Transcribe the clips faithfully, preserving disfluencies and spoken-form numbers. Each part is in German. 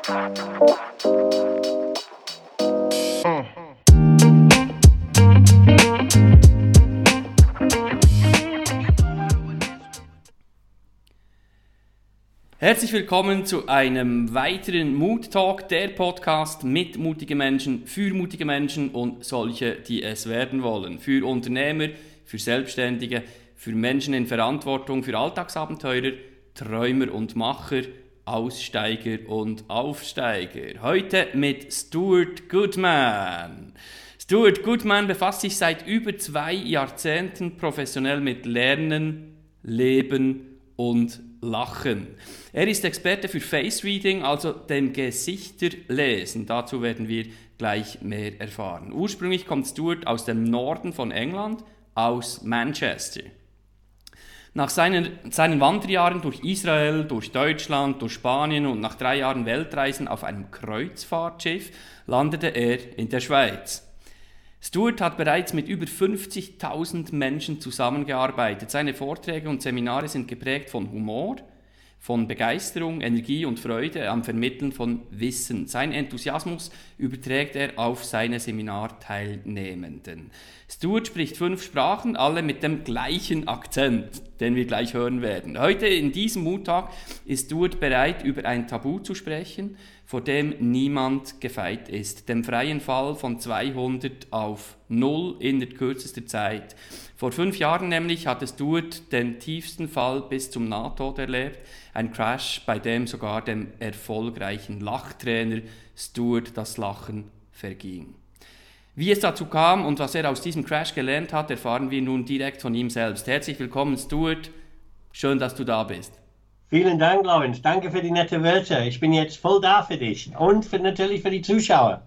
Herzlich willkommen zu einem weiteren Mood Talk, der Podcast mit mutigen Menschen, für mutige Menschen und solche, die es werden wollen. Für Unternehmer, für Selbstständige, für Menschen in Verantwortung, für Alltagsabenteurer, Träumer und Macher, Aussteiger und Aufsteiger. Heute mit Stuart Goodman. Stuart Goodman befasst sich seit über zwei Jahrzehnten professionell mit Lernen, Leben und Lachen. Er ist Experte für Face Reading, also dem Gesichterlesen. Dazu werden wir gleich mehr erfahren. Ursprünglich kommt Stuart aus dem Norden von England, aus Manchester. Nach seinen, seinen Wanderjahren durch Israel, durch Deutschland, durch Spanien und nach drei Jahren Weltreisen auf einem Kreuzfahrtschiff landete er in der Schweiz. Stuart hat bereits mit über fünfzigtausend Menschen zusammengearbeitet. Seine Vorträge und Seminare sind geprägt von Humor, von Begeisterung, Energie und Freude am Vermitteln von Wissen. Sein Enthusiasmus überträgt er auf seine Seminarteilnehmenden. Stuart spricht fünf Sprachen, alle mit dem gleichen Akzent, den wir gleich hören werden. Heute in diesem Mood-Tag ist Stuart bereit, über ein Tabu zu sprechen, vor dem niemand gefeit ist. Dem freien Fall von zweihundert auf null innerhalb kürzester Zeit. Vor fünf Jahren nämlich hatte Stuart den tiefsten Fall bis zum Nahtod erlebt. Ein Crash, bei dem sogar dem erfolgreichen Lachtrainer Stuart das Lachen verging. Wie es dazu kam und was er aus diesem Crash gelernt hat, erfahren wir nun direkt von ihm selbst. Herzlich willkommen, Stuart. Schön, dass du da bist. Vielen Dank, Lawrence. Danke für die nette Wörter. Ich bin jetzt voll da für dich und für, natürlich für die Zuschauer.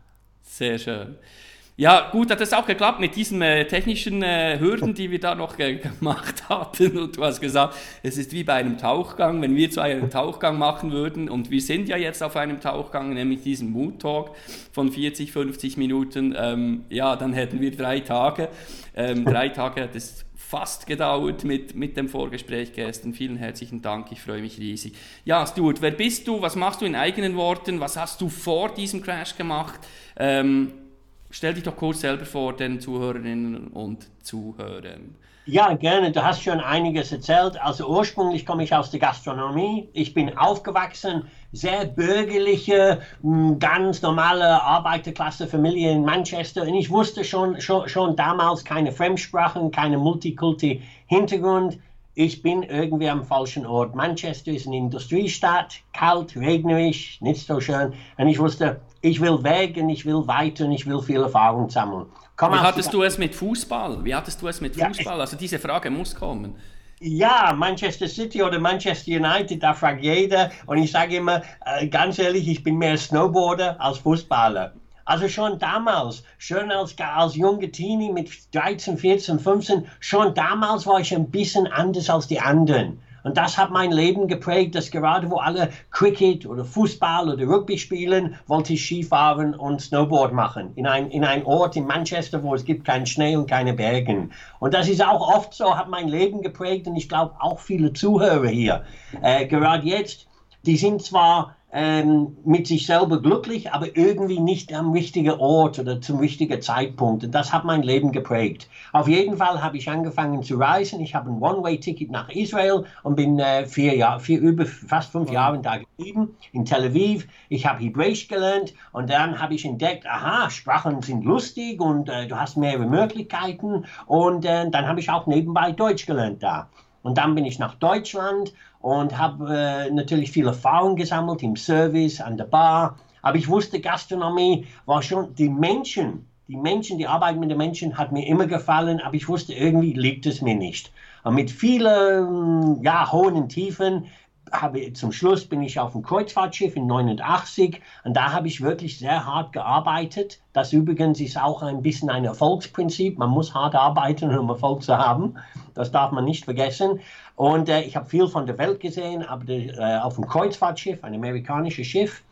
Sehr schön. Ja, gut, hat es auch geklappt mit diesen äh, technischen äh, Hürden, die wir da noch äh, gemacht hatten. Und du hast gesagt, es ist wie bei einem Tauchgang, wenn wir zu einem Tauchgang machen würden. Und wir sind ja jetzt auf einem Tauchgang, nämlich diesen Mood Talk von vierzig, fünfzig Minuten. Ähm, ja, dann hätten wir drei Tage. Ähm, drei Tage hat es fast gedauert mit, mit dem Vorgespräch gestern. Vielen herzlichen Dank, ich freue mich riesig. Ja, Stuart, wer bist du? Was machst du in eigenen Worten? Was hast du vor diesem Crash gemacht? Ähm, stell dich doch kurz selber vor den Zuhörerinnen und Zuhörern. Ja, gerne. Du hast schon einiges erzählt. Also ursprünglich komme ich aus der Gastronomie. Ich bin aufgewachsen, sehr bürgerliche, ganz normale Arbeiterklasse-Familie in Manchester. Und ich wusste schon, schon, schon damals keine Fremdsprachen, keine Multikulti-Hintergrund. Ich bin irgendwie am falschen Ort. Manchester ist eine Industriestadt, kalt, regnerisch, nicht so schön. Und ich wusste, ich will weg und ich will weiter und ich will viel Erfahrung sammeln. Komm, Wie hattest du es mit Fußball? Wie hattest du es mit Fußball? Ja, also diese Frage muss kommen. Ja, Manchester City oder Manchester United, da fragt jeder. Und ich sage immer, äh, ganz ehrlich, ich bin mehr Snowboarder als Fußballer. Also schon damals, schon als, als junge Teenie mit dreizehn, vierzehn, fünfzehn, schon damals war ich ein bisschen anders als die anderen. Und das hat mein Leben geprägt, dass gerade wo alle Cricket oder Fußball oder Rugby spielen, wollte ich Skifahren und Snowboard machen. In ein, in ein Ort in Manchester, wo es gibt keinen Schnee und keine Bergen. Und das ist auch oft so, hat mein Leben geprägt und ich glaube auch viele Zuhörer hier. Äh, gerade jetzt, die sind zwar ähm, mit sich selber glücklich, aber irgendwie nicht am richtigen Ort oder zum richtigen Zeitpunkt. Und das hat mein Leben geprägt. Auf jeden Fall habe ich angefangen zu reisen. Ich habe ein One-Way-Ticket nach Israel und bin äh, vier Jahre, vier, über fast fünf Jahre da geblieben, in Tel Aviv. Ich habe Hebräisch gelernt und dann habe ich entdeckt, aha, Sprachen sind lustig und äh, du hast mehrere Möglichkeiten. Und äh, dann habe ich auch nebenbei Deutsch gelernt da. Und dann bin ich nach Deutschland und habe äh, natürlich viel Erfahrung gesammelt im Service, an der Bar. Aber ich wusste, Gastronomie war schon, die Menschen, die Menschen, die Arbeit mit den Menschen hat mir immer gefallen, aber ich wusste, irgendwie liegt es mir nicht. Und mit vielen, ja, hohen Tiefen habe, zum Schluss bin ich auf dem Kreuzfahrtschiff in neunundachtzig und da habe ich wirklich sehr hart gearbeitet. Das übrigens ist auch ein bisschen ein Erfolgsprinzip. Man muss hart arbeiten, um Erfolg zu haben. Das darf man nicht vergessen. Und äh, ich habe viel von der Welt gesehen, aber äh, auf dem Kreuzfahrtschiff, ein amerikanisches Schiff.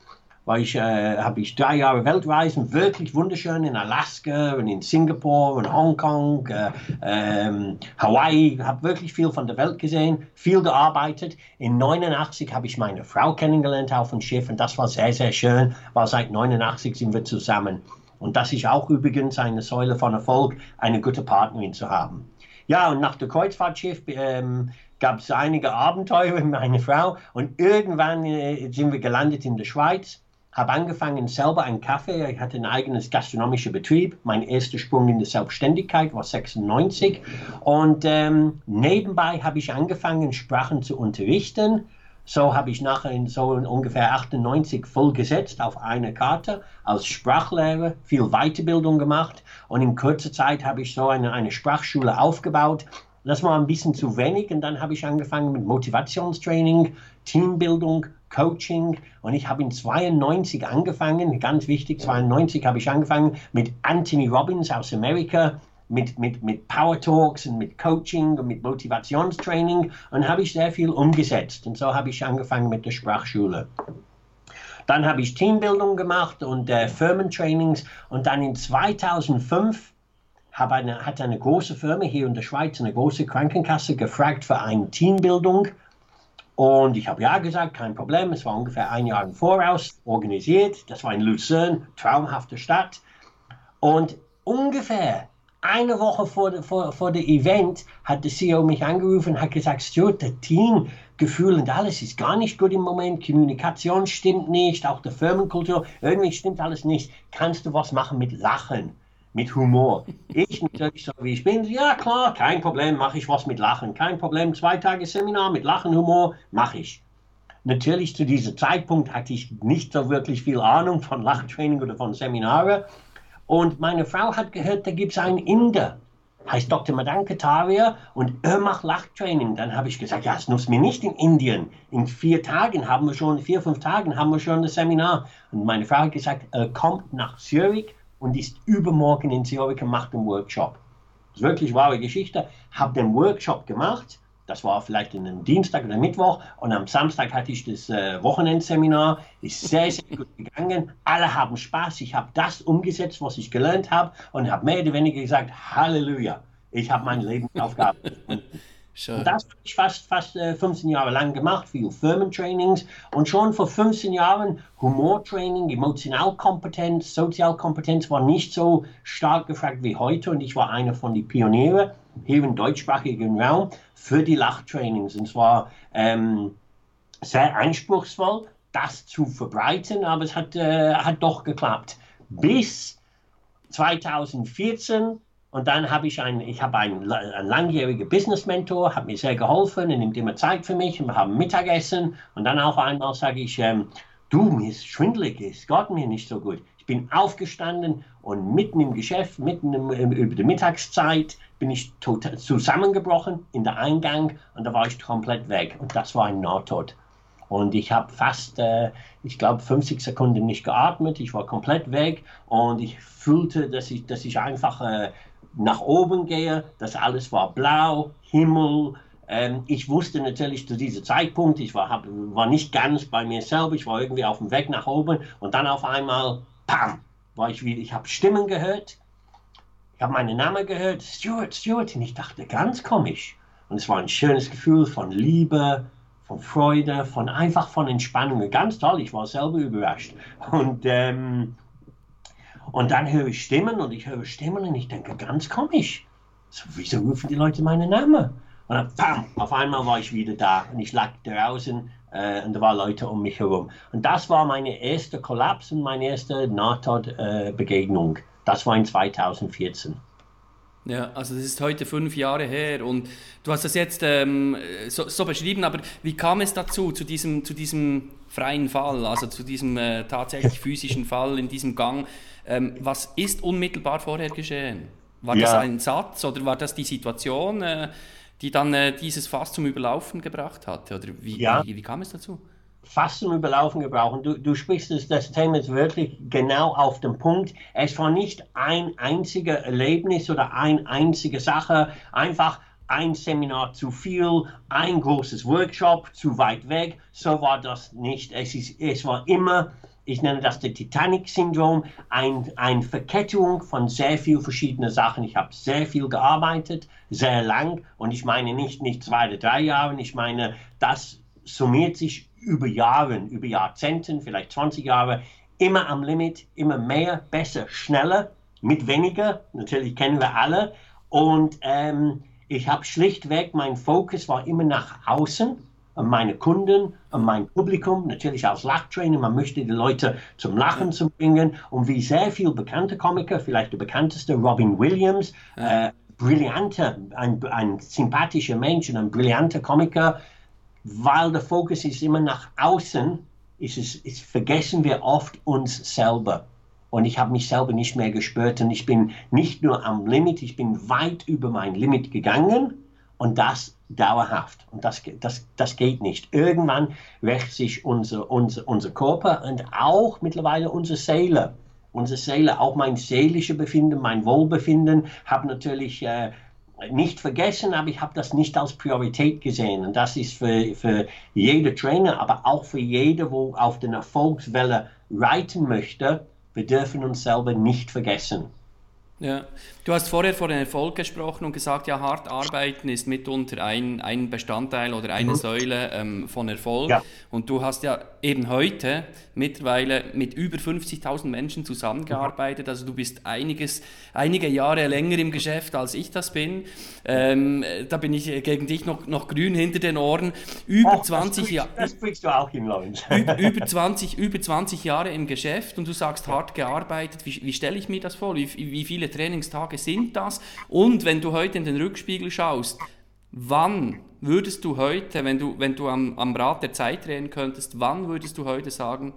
war ich, äh, habe ich drei Jahre Weltreisen, wirklich wunderschön in Alaska und in Singapur und Hongkong, äh, ähm, Hawaii, habe wirklich viel von der Welt gesehen, viel gearbeitet. In neunundachtzig habe ich meine Frau kennengelernt auf dem Schiff und das war sehr, sehr schön, weil seit neunundachtzig sind wir zusammen. Und das ist auch übrigens eine Säule von Erfolg, eine gute Partnerin zu haben. Ja, und nach dem Kreuzfahrtschiff ähm, gab es einige Abenteuer mit meiner Frau und irgendwann äh, sind wir gelandet in der Schweiz. Habe angefangen selber einen Kaffee, ich hatte ein eigenes gastronomischer Betrieb. Mein erster Sprung in die Selbstständigkeit war sechsundneunzig und ähm, nebenbei habe ich angefangen Sprachen zu unterrichten. So habe ich nachher in so ungefähr achtundneunzig voll gesetzt auf eine Karte als Sprachlehrer, viel Weiterbildung gemacht und in kurzer Zeit habe ich so eine, eine Sprachschule aufgebaut. Das war ein bisschen zu wenig und dann habe ich angefangen mit Motivationstraining, Teambildung, Coaching und ich habe in zweiundneunzig angefangen, ganz wichtig, zweiundneunzig habe ich angefangen mit Anthony Robbins aus Amerika, mit, mit, mit Power Talks und mit Coaching und mit Motivationstraining und habe ich sehr viel umgesetzt und so habe ich angefangen mit der Sprachschule. Dann habe ich Teambildung gemacht und äh, Firmentrainings und dann in zweitausendfünf habe eine, hat eine große Firma hier in der Schweiz, eine große Krankenkasse, gefragt für eine Teambildung. Und ich habe ja gesagt, kein Problem. Es war ungefähr ein Jahr im Voraus organisiert. Das war in Luzern, traumhafte Stadt. Und ungefähr eine Woche vor, de, vor, vor dem Event hat der C E O mich angerufen und hat gesagt, Stuart, das Teamgefühl und alles ist gar nicht gut im Moment. Kommunikation stimmt nicht, auch die Firmenkultur, irgendwie stimmt alles nicht. Kannst du was machen mit Lachen? Mit Humor. Ich natürlich so wie ich bin, ja klar, kein Problem, mache ich was mit Lachen, kein Problem, zwei Tage Seminar mit Lachen, Humor, mache ich. Natürlich zu diesem Zeitpunkt hatte ich nicht so wirklich viel Ahnung von Lachtraining oder von Seminaren und meine Frau hat gehört, da gibt es einen Inder, heißt Doktor Madan Kataria und er macht Lachtraining. Dann habe ich gesagt, ja, es nutzt mir nicht in Indien. In vier Tagen haben wir schon, vier, fünf Tagen haben wir schon das Seminar. Und meine Frau hat gesagt, er kommt nach Zürich und ist übermorgen in Zürich und macht einen Workshop. Das ist wirklich wahre Geschichte. Habe den Workshop gemacht, das war vielleicht in einem Dienstag oder Mittwoch und am Samstag hatte ich das äh, Wochenendseminar, ist sehr, sehr gut gegangen. Alle haben Spaß, ich habe das umgesetzt, was ich gelernt habe und habe mehr oder weniger gesagt, Halleluja, ich habe meine Lebensaufgabe. Und das habe ich fast, fast äh, fünfzehn Jahre lang gemacht, viel Firmentrainings und schon vor fünfzehn Jahren Humortraining, Emotionalkompetenz, Sozialkompetenz war nicht so stark gefragt wie heute und ich war einer von den Pionieren hier im deutschsprachigen Raum für die Lachtrainings und zwar ähm, sehr anspruchsvoll, das zu verbreiten, aber es hat, äh, hat doch geklappt. Bis zweitausendvierzehn. Und dann habe ich einen, ich habe einen, einen langjährigen Business-Mentor, hat mir sehr geholfen, er nimmt immer Zeit für mich, wir haben Mittagessen und dann auch einmal sage ich, ähm, du, mir ist schwindelig, es geht mir nicht so gut. Ich bin aufgestanden und mitten im Geschäft, mitten im, im, über die Mittagszeit bin ich total zusammengebrochen in der Eingang und da war ich komplett weg und das war ein Nahtod. Und ich habe fast, äh, ich glaube, fünfzig Sekunden nicht geatmet, ich war komplett weg und ich fühlte, dass ich, dass ich einfach äh, nach oben gehe, das alles war blau, Himmel. Ähm, ich wusste natürlich zu diesem Zeitpunkt, ich war, hab, war nicht ganz bei mir selber, ich war irgendwie auf dem Weg nach oben und dann auf einmal, pam, war ich wieder, ich habe Stimmen gehört, ich habe meinen Namen gehört, Stuart, Stuart, und ich dachte, ganz komisch. Und es war ein schönes Gefühl von Liebe, von Freude, von einfach von Entspannung, ganz toll, ich war selber überrascht. Und ähm, Und dann höre ich Stimmen und ich höre Stimmen und ich denke, ganz komisch. So, wieso rufen die Leute meinen Namen? Und dann, pam, auf einmal war ich wieder da und ich lag draußen äh, und da waren Leute um mich herum. Und das war meine erste Kollaps und meine erste Nahtod-Begegnung. Äh, das war in zweitausendvierzehn. Ja, also das ist heute fünf Jahre her und du hast das jetzt ähm, so, so beschrieben, aber wie kam es dazu, zu diesem, zu diesem freien Fall, also zu diesem äh, tatsächlich physischen Fall in diesem Gang? Ähm, was ist unmittelbar vorher geschehen? War ja. das ein Satz oder war das die Situation, äh, die dann äh, dieses Fass zum Überlaufen gebracht hatte? Oder wie, ja. wie, wie kam es dazu? Fast zum Überlaufen gebrauchen. Du, du sprichst das, das Thema ist wirklich genau auf den Punkt. Es war nicht ein einziges Erlebnis oder eine einzige Sache. Einfach ein Seminar zu viel, ein großes Workshop zu weit weg. So war das nicht. Es, ist, es war immer, ich nenne das das Titanic-Syndrom, ein, eine Verkettung von sehr vielen verschiedenen Sachen. Ich habe sehr viel gearbeitet, sehr lang, und ich meine nicht, nicht zwei oder drei Jahre, ich meine, das summiert sich über Jahre, über Jahrzehnten, vielleicht zwanzig Jahre, immer am Limit, immer mehr, besser, schneller, mit weniger, natürlich kennen wir alle. Und ähm, ich habe schlichtweg, mein Fokus war immer nach außen, an meine Kunden, an mein Publikum, natürlich als Lachtrainer, man möchte die Leute zum Lachen zu bringen. Und wie sehr viele bekannte Komiker, vielleicht der bekannteste, Robin Williams, ja. äh, brillanter, ein, ein sympathischer Mensch und ein brillanter Komiker, weil der Fokus ist immer nach außen, ist es, ist, vergessen wir oft uns selber. Und ich habe mich selber nicht mehr gespürt, und ich bin nicht nur am Limit, ich bin weit über mein Limit gegangen, und das dauerhaft. Und das, das, das geht nicht. Irgendwann rächt sich unser, unser, unser Körper und auch mittlerweile unsere Seele. Unsere Seele, auch mein seelisches Befinden, mein Wohlbefinden, habe natürlich äh, nicht vergessen, aber ich habe das nicht als Priorität gesehen. Und das ist für, für jede Trainer, aber auch für jede, der auf der Erfolgswelle reiten möchte. Wir dürfen uns selber nicht vergessen. Ja, du hast vorher von dem Erfolg gesprochen und gesagt, ja, hart arbeiten ist mitunter ein, ein Bestandteil oder eine mhm. Säule ähm, von Erfolg. Ja. Und du hast ja eben heute mittlerweile mit über fünfzigtausend Menschen zusammengearbeitet. Also du bist einiges, einige Jahre länger im Geschäft, als ich das bin. Ähm, da bin ich gegen dich noch, noch grün hinter den Ohren. Über oh, zwanzig Jahre. Das kriegst du auch hin, Lorenz. über, über, zwanzig, über zwanzig Jahre im Geschäft, und du sagst hart gearbeitet. Wie, wie stelle ich mir das vor? Wie, wie viele Trainingstage sind das? Und wenn du heute in den Rückspiegel schaust, wann würdest du heute, wenn du, wenn du am, am Rad der Zeit drehen könntest, wann würdest du heute sagen,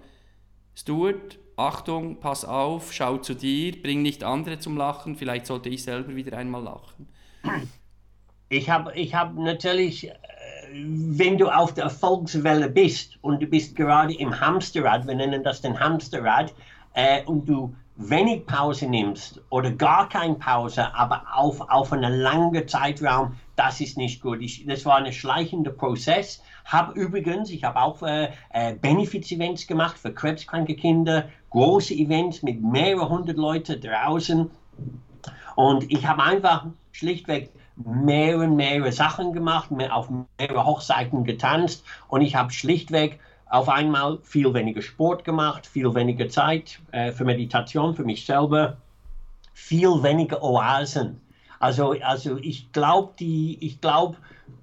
Stuart, Achtung, pass auf, schau zu dir, bring nicht andere zum Lachen, vielleicht sollte ich selber wieder einmal lachen? Ich habe ich hab natürlich, wenn du auf der Erfolgswelle bist und du bist gerade im Hamsterrad, wir nennen das den Hamsterrad, äh, und du wenig Pause nimmst oder gar keine Pause, aber auf, auf einen langen Zeitraum, das ist nicht gut. Ich, das war ein schleichender Prozess. Habe übrigens, ich habe auch äh, äh, Benefits-Events gemacht für krebskranke Kinder, große Events mit mehreren hundert Leuten draußen. Und ich habe einfach schlichtweg mehrere, mehrere Sachen gemacht, mehr, auf mehrere Hochzeiten getanzt, und ich habe schlichtweg auf einmal viel weniger Sport gemacht, viel weniger Zeit äh, für Meditation, für mich selber, viel weniger Oasen. Also, also ich glaube, ich glaube,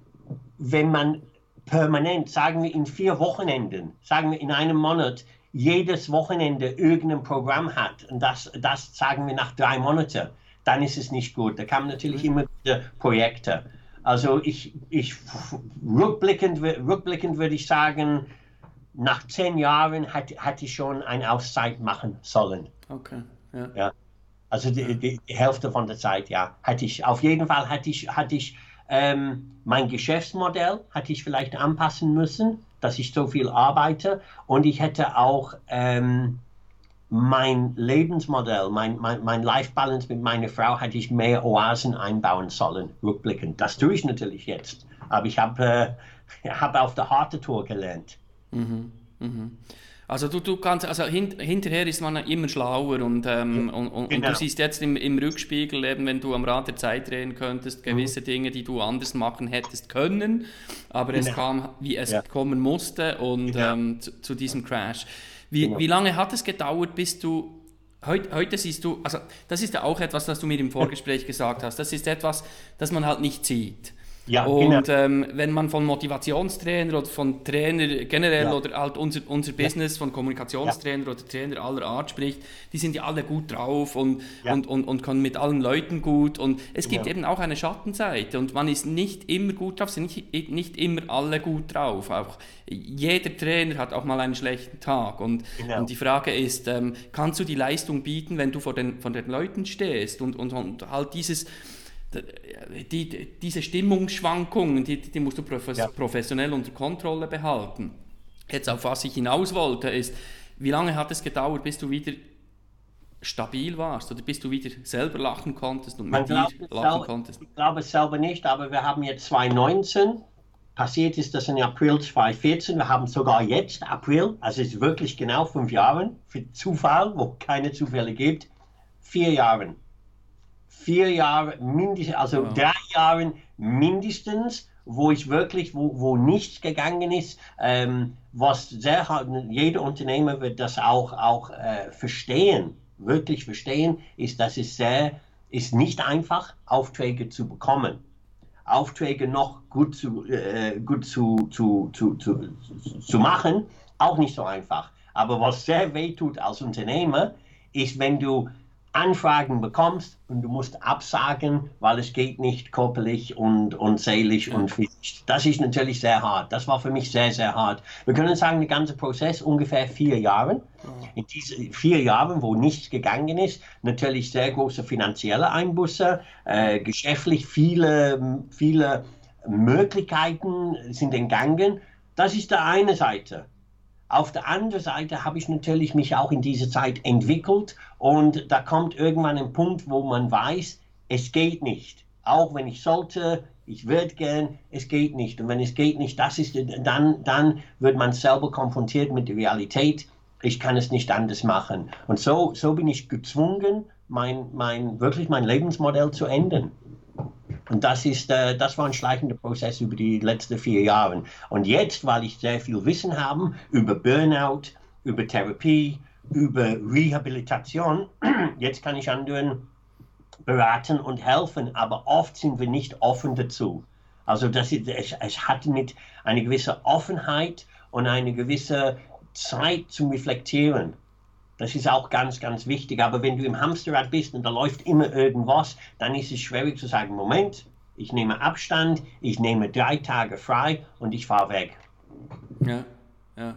wenn man permanent, sagen wir in vier Wochenenden, sagen wir in einem Monat, jedes Wochenende irgendein Programm hat, und das, das sagen wir nach drei Monaten, dann ist es nicht gut. Da kamen natürlich immer wieder Projekte. Also ich, ich rückblickend, rückblickend würde ich sagen, nach zehn Jahren hat, hatte ich schon eine Auszeit machen sollen. Okay, ja. Ja. Also die, die, die Hälfte von der Zeit, ja. Hatte ich, auf jeden Fall hatte ich, hatte ich ähm, mein Geschäftsmodell hatte ich vielleicht anpassen müssen, dass ich so viel arbeite, und ich hätte auch ähm, mein Lebensmodell, mein, mein, mein Life Balance mit meiner Frau, hätte ich mehr Oasen einbauen sollen, rückblickend. Das tue ich natürlich jetzt, aber ich habe äh, hab auf der harten Tour gelernt. Mhm, mhm. Also du, du kannst, also hint, hinterher ist man immer schlauer, und, ähm, und, und, genau. und du siehst jetzt im, im Rückspiegel, eben, wenn du am Rad der Zeit drehen könntest, gewisse mhm. Dinge, die du anders machen hättest können, aber genau. es kam, wie es ja. kommen musste, und genau. ähm, zu, zu diesem Crash. Wie, genau. wie lange hat es gedauert, bis du, heute, heute siehst du, also das ist ja auch etwas, das du mir im Vorgespräch gesagt hast, das ist etwas, das man halt nicht sieht. Ja, und genau. ähm, wenn man von Motivationstrainer oder von Trainer generell ja. oder halt unser, unser Business ja. von Kommunikationstrainer ja. oder Trainer aller Art spricht, die sind ja alle gut drauf und, ja. und, und, und können mit allen Leuten gut, und es gibt ja. eben auch eine Schattenseite, und man ist nicht immer gut drauf, sind nicht, nicht immer alle gut drauf, auch jeder Trainer hat auch mal einen schlechten Tag, und, genau. und die Frage ist, ähm, kannst du die Leistung bieten, wenn du vor den, vor den Leuten stehst, und, und, und halt dieses Die, diese Stimmungsschwankungen, die, die musst du ja. professionell unter Kontrolle behalten. Jetzt auf was ich hinaus wollte, ist, wie lange hat es gedauert, bis du wieder stabil warst oder bis du wieder selber lachen konntest und Man mit dir glaubt es lachen selber, konntest? ich glaube es selber nicht, aber wir haben jetzt zwanzig neunzehn. Passiert ist das im April zwanzig vierzehn. Wir haben sogar jetzt April, also es ist wirklich genau fünf Jahre, für Zufall, wo keine Zufälle gibt, vier Jahre. Vier Jahre mindestens, also Wow. drei Jahre mindestens, wo ich wirklich, wo, wo nichts gegangen ist, ähm, was sehr hart, jeder Unternehmer wird das auch, auch äh, verstehen, wirklich verstehen, ist, dass es sehr, ist nicht einfach, Aufträge zu bekommen. Aufträge noch gut zu, äh, gut zu, zu, zu, zu, zu machen, auch nicht so einfach. Aber was sehr weh tut als Unternehmer, ist, wenn du Anfragen bekommst und du musst absagen, weil es geht nicht körperlich und, und seelisch Ja. und physisch. Das ist natürlich sehr hart. Das war für mich sehr, sehr hart. Wir können sagen, der ganze Prozess ungefähr vier Jahre. In diesen vier Jahren, wo nichts gegangen ist, natürlich sehr große finanzielle Einbuße, äh, geschäftlich viele, viele Möglichkeiten sind entgangen. Das ist die eine Seite. Auf der anderen Seite habe ich natürlich mich auch in dieser Zeit entwickelt und da kommt irgendwann ein Punkt, wo man weiß, es geht nicht. Auch wenn ich sollte, ich würde gern, es geht nicht. Und wenn es geht nicht, das ist, dann, dann wird man selber konfrontiert mit der Realität. Ich kann es nicht anders machen. Und so, so bin ich gezwungen, mein, mein, wirklich mein Lebensmodell zu ändern. Und das, ist, äh, das war ein schleichender Prozess über die letzten vier Jahre. Und jetzt, weil ich sehr viel Wissen habe über Burnout, über Therapie, über Rehabilitation, jetzt kann ich anderen beraten und helfen, aber oft sind wir nicht offen dazu. Also das ist, es, es hat mit einer gewissen Offenheit und eine gewisse Zeit zum Reflektieren. Das ist auch ganz, ganz wichtig. Aber wenn du im Hamsterrad bist und da läuft immer irgendwas, dann ist es schwierig zu sagen, Moment, ich nehme Abstand, ich nehme drei Tage frei und ich fahre weg. Ja, ja.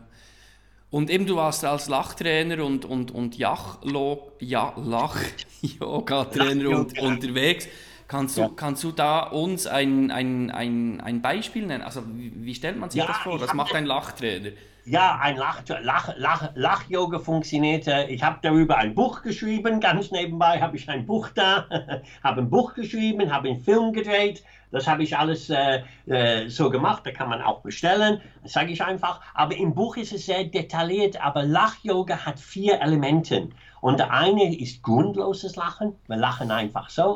Und eben du warst als Lachtrainer und, und, und Yachlo, ja, Lach-Yoga-Trainer und, unterwegs. Kannst du, Ja. kannst du da uns ein, ein, ein, ein Beispiel nennen? Also wie, wie stellt man sich Ja, das vor? ich Was hab- macht ein Lachtrainer? Ja, ein Lach, Lach, Lach, Lach-Yoga funktioniert. äh, Ich habe darüber ein Buch geschrieben, ganz nebenbei habe ich ein Buch da, habe ein Buch geschrieben, habe einen Film gedreht. Das habe ich alles äh, äh, so gemacht, da kann man auch bestellen, das sage ich einfach. Aber im Buch ist es sehr detailliert, aber Lach-Yoga hat vier Elemente. Und der eine ist grundloses Lachen, wir lachen einfach so.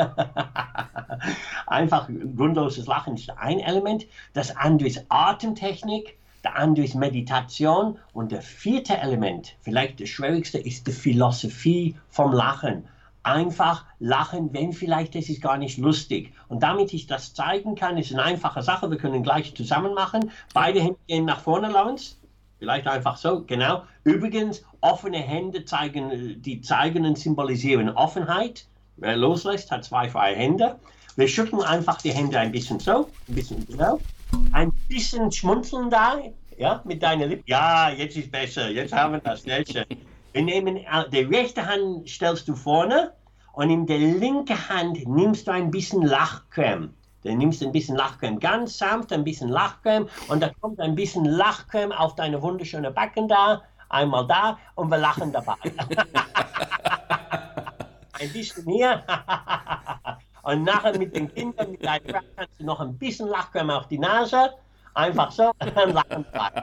Einfach grundloses Lachen ist ein Element. Das andere ist Atemtechnik. Der andere ist Meditation und der vierte Element, vielleicht das schwierigste, ist die Philosophie vom Lachen. Einfach lachen, wenn vielleicht das ist gar nicht lustig. Und damit ich das zeigen kann, ist eine einfache Sache. Wir können gleich zusammen machen. Beide Hände gehen nach vorne, Lawrence. Vielleicht einfach so, genau. Übrigens, offene Hände zeigen, die zeigen und symbolisieren Offenheit. Wer loslässt, hat zwei freie Hände. Wir schütteln einfach die Hände ein bisschen so, ein bisschen genau. Ein bisschen schmunzeln da, ja, mit deinen Lippen. Ja, jetzt ist besser, jetzt haben wir das, sehr schön. Wir nehmen, äh, die rechte Hand stellst du vorne und in der linken Hand nimmst du ein bisschen Lachcreme. Dann nimmst du ein bisschen Lachcreme, ganz sanft ein bisschen Lachcreme und da kommt ein bisschen Lachcreme auf deine wunderschöne Backen da, einmal da und wir lachen dabei. Ein bisschen hier. Und nachher mit den Kindern, mit deinem Frau, kannst du noch ein bisschen Lachcreme auf die Nase. Einfach so, dann lachen wir.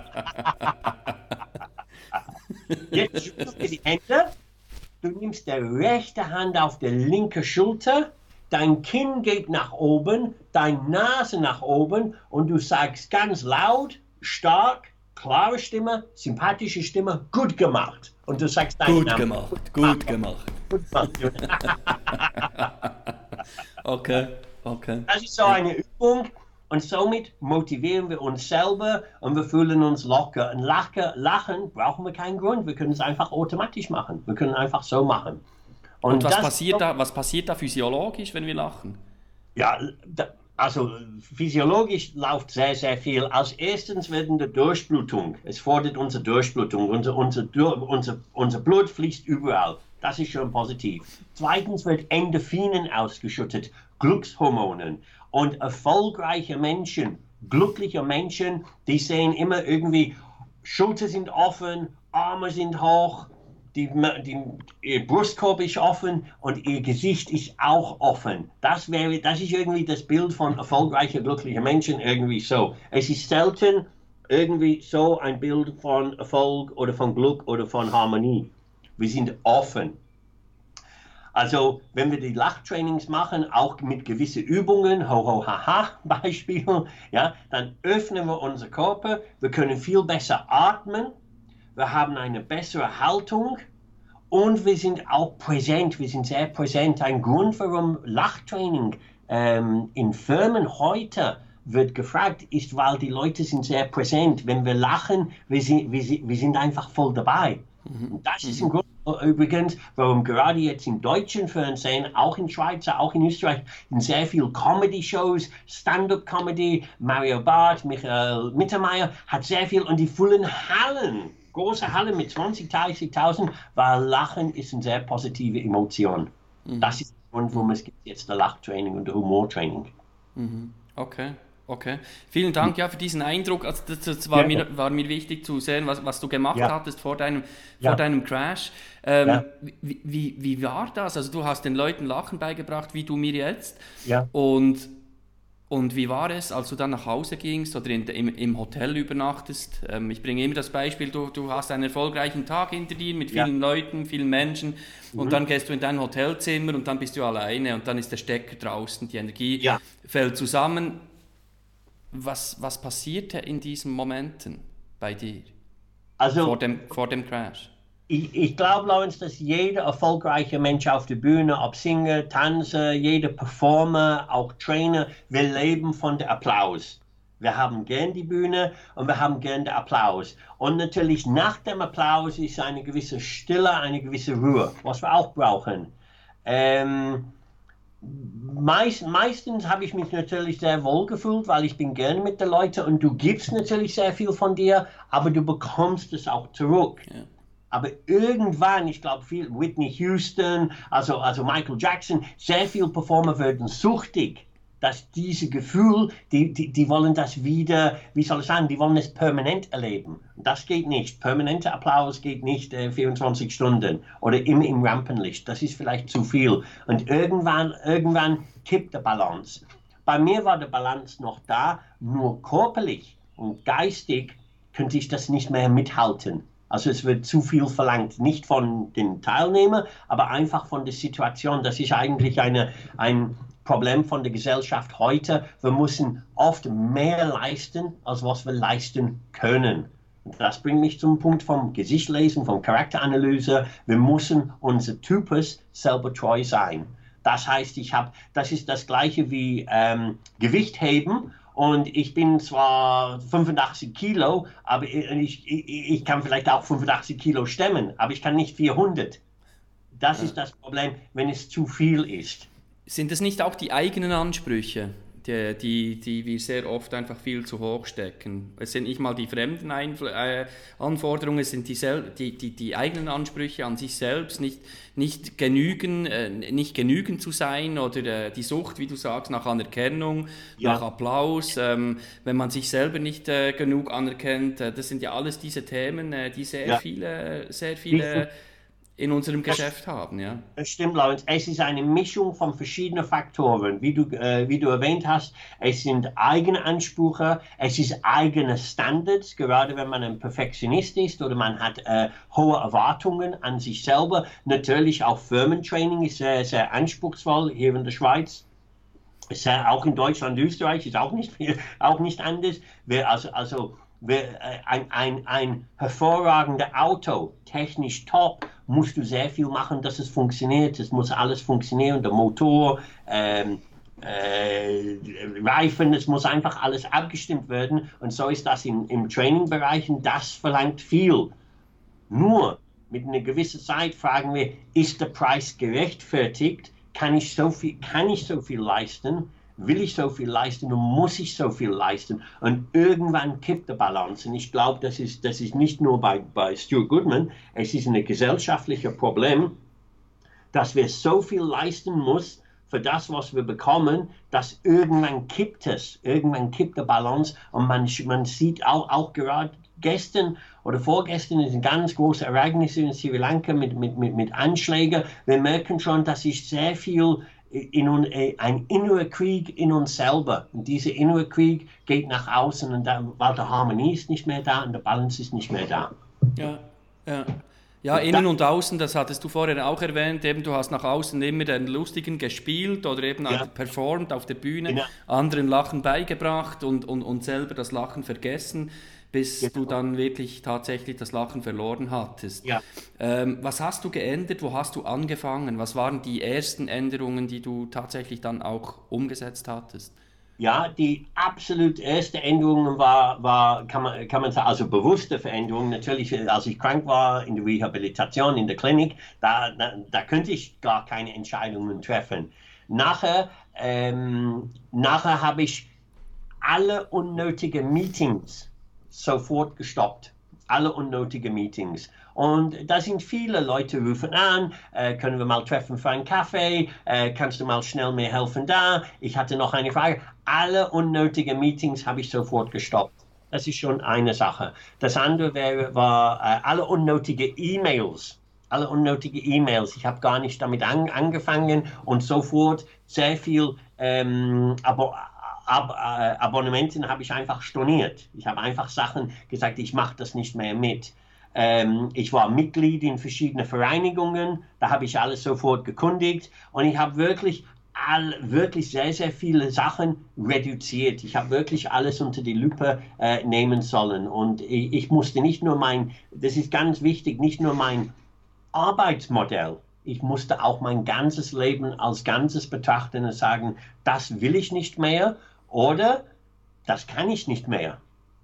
Jetzt schüttelst du die Hände. Du nimmst die rechte Hand auf die linke Schulter. Dein Kinn geht nach oben, deine Nase nach oben und du sagst ganz laut, stark, klare Stimme, sympathische Stimme, gut gemacht. Und du sagst deinen Gut Namen. gemacht, gut gemacht. Gut gemacht. Okay, okay. Das ist so eine Übung und somit motivieren wir uns selber und wir fühlen uns locker. Und Lachen, Lachen brauchen wir keinen Grund, wir können es einfach automatisch machen. Wir können einfach so machen. Und was das- passiert da, was passiert da physiologisch, wenn wir lachen? Ja, da, also physiologisch läuft sehr, sehr viel. Als erstens werden die Durchblutung, es fordert unsere Durchblutung, unser, unser, Dur- unser, unser Blut fließt überall. Das ist schon positiv. Zweitens wird Endorphinen ausgeschüttet, Glückshormonen. Und erfolgreiche Menschen, glückliche Menschen, die sehen immer irgendwie, Schulter sind offen, Arme sind hoch, die, die, ihr Brustkorb ist offen und ihr Gesicht ist auch offen. Das wäre, das ist irgendwie das Bild von erfolgreicher, glücklicher Menschen irgendwie so. Es ist selten irgendwie so ein Bild von Erfolg oder von Glück oder von Harmonie. Wir sind offen. Also, wenn wir die Lachtrainings machen, auch mit gewissen Übungen, ho, ho, ha, ha, Beispiel, ja, dann öffnen wir unseren Körper, wir können viel besser atmen, wir haben eine bessere Haltung und wir sind auch präsent, wir sind sehr präsent. Ein Grund, warum Lachtraining ähm, in Firmen heute wird gefragt, ist, weil die Leute sind sehr präsent. Wenn wir lachen, wir sind, wir sind, wir sind einfach voll dabei. Mhm. Das ist ein Grund übrigens, warum gerade jetzt im deutschen Fernsehen, auch in Schweiz, auch in Österreich, in sehr vielen Comedy-Shows, Stand-up-Comedy, Mario Barth, Michael Mittermeier hat sehr viel und die füllen Hallen, große Hallen mit zwanzig, dreißigtausend, weil Lachen ist eine sehr positive Emotion. Mhm. Das ist der Grund, warum es gibt jetzt das Lachtraining und das Humortraining. Mhm. Okay. Okay, vielen Dank ja, für diesen Eindruck. Also das, das war, ja, mir, war mir wichtig zu sehen, was, was du gemacht ja. hattest vor deinem, ja. vor deinem Crash. Ähm, ja. wie, wie, wie war das? Also du hast den Leuten Lachen beigebracht, wie du mir jetzt. Ja. Und, und wie war es, als du dann nach Hause gingst oder in, im, im Hotel übernachtest? Ähm, ich bringe immer das Beispiel, du, du hast einen erfolgreichen Tag hinter dir mit vielen ja. Leuten, vielen Menschen mhm. und dann gehst du in dein Hotelzimmer und dann bist du alleine und dann ist der Stecker draußen, die Energie ja. fällt zusammen. Was, was passierte in diesen Momenten bei dir, also, vor, dem, vor dem Crash? Ich, ich glaube, Lawrence, dass jeder erfolgreiche Mensch auf der Bühne, ob Singer, Tanzer, jeder Performer, auch Trainer, wir leben von dem Applaus. Wir haben gern die Bühne und wir haben gern den Applaus. Und natürlich nach dem Applaus ist eine gewisse Stille, eine gewisse Ruhe, was wir auch brauchen. Ähm, Meist, meistens habe ich mich natürlich sehr wohl gefühlt, weil ich bin gerne mit den Leuten und du gibst natürlich sehr viel von dir, aber du bekommst es auch zurück. Ja. Aber irgendwann, ich glaube viel, Whitney Houston, also, also Michael Jackson, sehr viele Performer werden süchtig, dass diese Gefühl, die, die, die wollen das wieder, wie soll ich sagen, die wollen es permanent erleben. Das geht nicht. Permanenter Applaus geht nicht äh, vierundzwanzig Stunden oder immer im Rampenlicht. Das ist vielleicht zu viel. Und irgendwann, irgendwann kippt die Balance. Bei mir war die Balance noch da, nur körperlich und geistig könnte ich das nicht mehr mithalten. Also es wird zu viel verlangt, nicht von den Teilnehmern, aber einfach von der Situation. Das ist eigentlich eine, ein Problem von der Gesellschaft heute. Wir müssen oft mehr leisten, als was wir leisten können. Und das bringt mich zum Punkt vom Gesichtslesen, vom Charakteranalyse. Wir müssen unser Typus selber treu sein. Das heißt, ich habe, das ist das Gleiche wie ähm, Gewicht heben. Und ich bin zwar fünfundachtzig Kilo, aber ich, ich, ich kann vielleicht auch fünfundachtzig Kilo stemmen, aber ich kann nicht vierhundert. Das ja. ist das Problem, wenn es zu viel ist. Sind es nicht auch die eigenen Ansprüche, die, die, die wir sehr oft einfach viel zu hoch stecken? Es sind nicht mal die fremden Einfl- äh, Anforderungen, es sind die, sel- die, die, die eigenen Ansprüche an sich selbst, nicht, nicht, genügen, äh, nicht genügend zu sein oder äh, die Sucht, wie du sagst, nach Anerkennung, ja. nach Applaus, ähm, wenn man sich selber nicht äh, genug anerkennt. Äh, das sind ja alles diese Themen, äh, die sehr ja. viele, sehr viele in unserem Geschäft das, haben, ja. Das stimmt, Lawrence. Es ist eine Mischung von verschiedenen Faktoren. Wie du, äh, wie du erwähnt hast, es sind eigene Ansprüche, es ist eigene Standards, gerade wenn man ein Perfektionist ist oder man hat äh, hohe Erwartungen an sich selber. Natürlich auch Firmentraining ist sehr, sehr anspruchsvoll hier in der Schweiz. Sehr, auch in Deutschland, Österreich ist auch nicht, auch nicht anders. Wir, also, also wir, äh, ein, ein, ein hervorragendes Auto, technisch top, musst du sehr viel machen, dass es funktioniert. Es muss alles funktionieren, der Motor, ähm, äh, Reifen, es muss einfach alles abgestimmt werden. Und so ist das in, im Trainingbereich und das verlangt viel. Nur mit einer gewissen Zeit fragen wir, ist der Preis gerechtfertigt? Kann ich so viel, kann ich so viel leisten? Will ich so viel leisten und muss ich so viel leisten? Und irgendwann kippt die Balance. Und ich glaube, das ist, das ist nicht nur bei, bei Stuart Goodman, es ist ein gesellschaftliches Problem, dass wir so viel leisten müssen für das, was wir bekommen, dass irgendwann kippt es. Irgendwann kippt die Balance und man, man sieht auch, auch gerade gestern oder vorgestern ist ein ganz großes Ereignis in Sri Lanka mit, mit, mit, mit Anschlägen. Wir merken schon, dass ist sehr viel in un, ein innerer Krieg in uns selber. Und dieser innere Krieg geht nach außen, und da, weil die Harmonie ist nicht mehr da und der Balance ist nicht mehr da. Ja, ja. Ja, innen und außen, das hattest du vorher auch erwähnt, eben du hast nach außen immer den Lustigen gespielt oder eben ja. performt auf der Bühne, genau. anderen Lachen beigebracht und, und, und selber das Lachen vergessen, bis genau. du dann wirklich tatsächlich das Lachen verloren hattest. Ja. Ähm, was hast du geändert, wo hast du angefangen, was waren die ersten Änderungen, die du tatsächlich dann auch umgesetzt hattest? Ja, die absolut erste Änderung war, war kann, man, kann man sagen, also bewusste Veränderung. Natürlich, als ich krank war in der Rehabilitation, in der Klinik, da, da, da könnte ich gar keine Entscheidungen treffen. Nachher, ähm, nachher habe ich alle unnötigen Meetings sofort gestoppt. Alle unnötigen Meetings. Und da sind viele Leute rufen an, äh, können wir mal treffen für einen Kaffee, äh, kannst du mal schnell mir helfen da? Ich hatte noch eine Frage. Alle unnötigen Meetings habe ich sofort gestoppt. Das ist schon eine Sache. Das andere wäre, war äh, alle unnötigen E-Mails. Alle unnötigen E-Mails. Ich habe gar nicht damit an, angefangen und sofort sehr viel ähm, Abo Ab, äh, Abonnementen habe ich einfach storniert. Ich habe einfach Sachen gesagt, ich mache das nicht mehr mit. Ähm, ich war Mitglied in verschiedenen Vereinigungen, da habe ich alles sofort gekündigt und ich habe wirklich, all, wirklich sehr, sehr viele Sachen reduziert. Ich habe wirklich alles unter die Lupe äh, nehmen sollen und ich, ich musste nicht nur mein, das ist ganz wichtig, nicht nur mein Arbeitsmodell, ich musste auch mein ganzes Leben als Ganzes betrachten und sagen, das will ich nicht mehr. Oder das kann ich nicht mehr.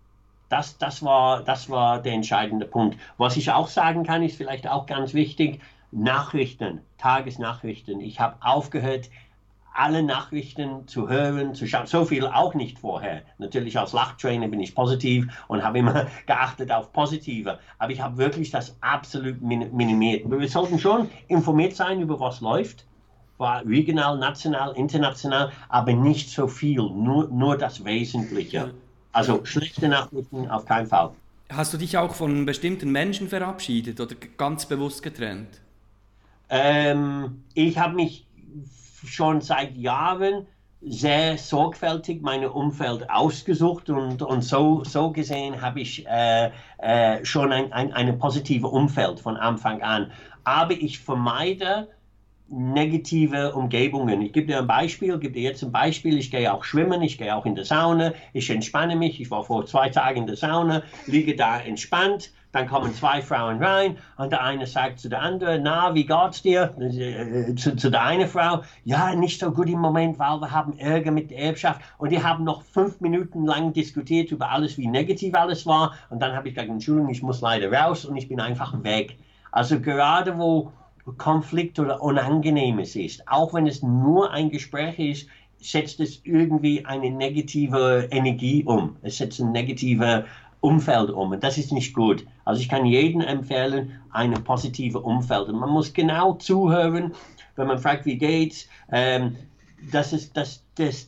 Das, das, war, das war der entscheidende Punkt. Was ich auch sagen kann, ist vielleicht auch ganz wichtig, Nachrichten, Tagesnachrichten. Ich habe aufgehört, alle Nachrichten zu hören, zu schauen. So viel auch nicht vorher. Natürlich als Lachtrainer bin ich positiv und habe immer geachtet auf Positive. Aber ich habe wirklich das absolut minimiert. Wir sollten schon informiert sein über was läuft. War regional, national, international, aber nicht so viel, nur, nur das Wesentliche. Also schlechte Nachrichten auf keinen Fall. Hast du dich auch von bestimmten Menschen verabschiedet oder ganz bewusst getrennt? Ähm, ich habe mich schon seit Jahren sehr sorgfältig mein Umfeld ausgesucht und, und so, so gesehen habe ich äh, äh, schon ein, ein, ein positives Umfeld von Anfang an. Aber ich vermeide negative Umgebungen. Ich gebe dir ein Beispiel, gebe dir jetzt ein Beispiel. Ich gehe auch schwimmen, ich gehe auch in der Sauna, ich entspanne mich. Ich war vor zwei Tagen in der Sauna, liege da entspannt. Dann kommen zwei Frauen rein und der eine sagt zu der anderen, na, wie geht's dir? Zu, zu der einen Frau, ja, nicht so gut im Moment, weil wir haben Ärger mit der Erbschaft. Und die haben noch fünf Minuten lang diskutiert über alles, wie negativ alles war. Und dann habe ich gesagt, Entschuldigung, ich muss leider raus und ich bin einfach weg. Also gerade wo Konflikt oder Unangenehmes ist, auch wenn es nur ein Gespräch ist, setzt es irgendwie eine negative Energie um. Es setzt ein negatives Umfeld um und das ist nicht gut. Also ich kann jedem empfehlen, ein positives Umfeld. Und man muss genau zuhören, wenn man fragt, wie geht's, ähm, dass, es, dass, dass,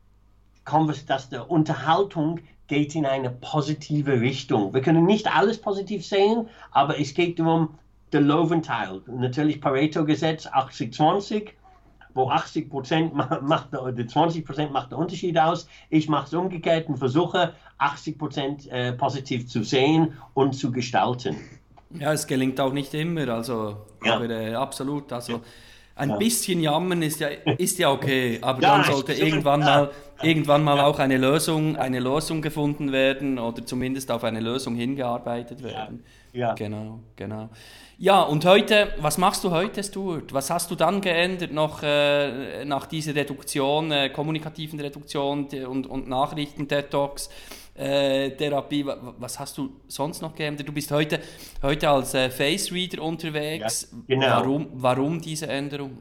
dass der Unterhaltung geht in eine positive Richtung. Wir können nicht alles positiv sehen, aber es geht darum, der Löwenteil, natürlich Pareto-Gesetz achtzig zwanzig, wo achtzig Prozent macht, oder zwanzig Prozent macht den Unterschied aus. Ich mache es umgekehrt und versuche achtzig Prozent äh, positiv zu sehen und zu gestalten. Ja, es gelingt auch nicht immer, also ja. aber, äh, absolut. Also ein ja. bisschen jammern ist ja, ist ja okay, aber ja, dann sollte irgendwann mal, irgendwann mal ja. auch eine Lösung, eine Lösung gefunden werden oder zumindest auf eine Lösung hingearbeitet werden. Ja. Ja. Genau, genau. Ja, und heute, was machst du heute, Stuart? Was hast du dann geändert noch äh, nach dieser Reduktion, äh, kommunikativen Reduktion und, und Nachrichten-Detox, äh, Therapie? Was hast du sonst noch geändert? Du bist heute, heute als äh, Face-Reader unterwegs. Ja, genau. Warum, warum diese Änderung?